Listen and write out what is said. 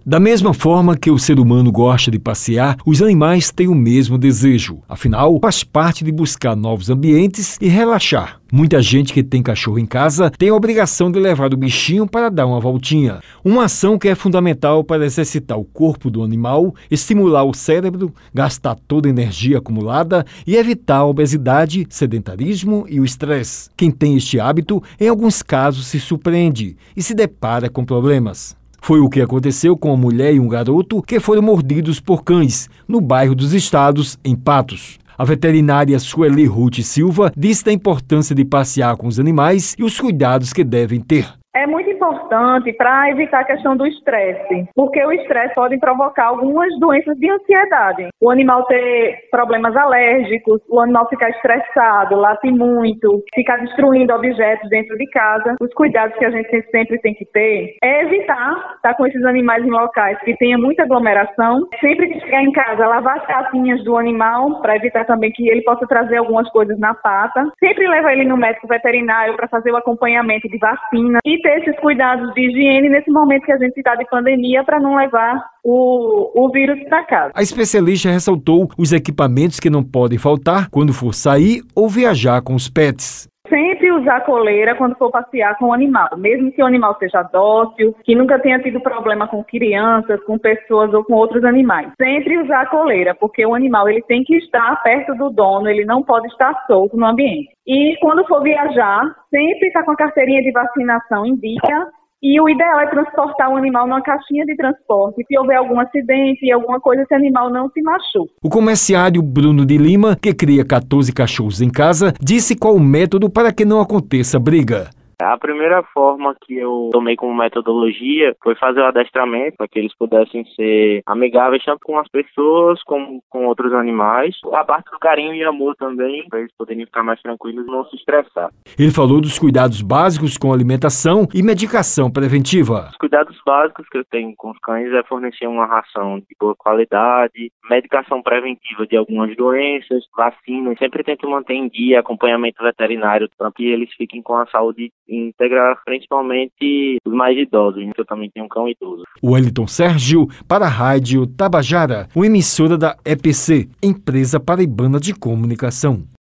Da mesma forma que o ser humano gosta de passear, os animais têm o mesmo desejo. Afinal, faz parte de buscar novos ambientes e relaxar. Muita gente que tem cachorro em casa tem a obrigação de levar o bichinho para dar uma voltinha. Uma ação que é fundamental para exercitar o corpo do animal, estimular o cérebro, gastar toda a energia acumulada e evitar a obesidade, sedentarismo e o estresse. Quem tem este hábito, em alguns casos, se surpreende e se depara com problemas. Foi o que aconteceu com uma mulher e um garoto que foram mordidos por cães, no bairro dos Estados, em Patos. A veterinária Sueli Ruth Silva disse da importância de passear com os animais e os cuidados que devem ter. É muito importante para evitar a questão do estresse, porque o estresse pode provocar algumas doenças de ansiedade. O animal ter problemas alérgicos, o animal ficar estressado, latir muito, ficar destruindo objetos dentro de casa. Os cuidados que a gente sempre tem que ter é evitar estar com esses animais em locais que tenha muita aglomeração. Sempre que chegar em casa, lavar as patinhas do animal, para evitar também que ele possa trazer algumas coisas na pata. Sempre levar ele no médico veterinário para fazer o acompanhamento de vacina e ter esses cuidados de higiene nesse momento que a gente está de pandemia para não levar o vírus para casa. A especialista ressaltou os equipamentos que não podem faltar quando for sair ou viajar com os pets. Sempre usar coleira quando for passear com o animal, mesmo que o animal seja dócil, que nunca tenha tido problema com crianças, com pessoas ou com outros animais. Sempre usar coleira, porque o animal ele tem que estar perto do dono, ele não pode estar solto no ambiente. E quando for viajar, sempre estar com a carteirinha de vacinação em dia. E o ideal é transportar o animal numa caixinha de transporte. Se houver algum acidente e alguma coisa, esse animal não se machuca. O comerciário Bruno de Lima, que cria 14 cachorros em casa, disse qual o método para que não aconteça briga. A primeira forma que eu tomei como metodologia foi fazer o adestramento para que eles pudessem ser amigáveis tanto com as pessoas como com outros animais. A parte do carinho e amor também, para eles poderem ficar mais tranquilos e não se estressar. Ele falou dos cuidados básicos com alimentação e medicação preventiva. Os cuidados básicos que eu tenho com os cães é fornecer uma ração de boa qualidade, medicação preventiva de algumas doenças, vacinas. Sempre tento manter em dia acompanhamento veterinário para que eles fiquem com a saúde íntegra, principalmente os mais idosos. Eu também tenho um cão idoso. Wellington Sérgio para a Rádio Tabajara, uma emissora da EPC, Empresa Paraibana de Comunicação.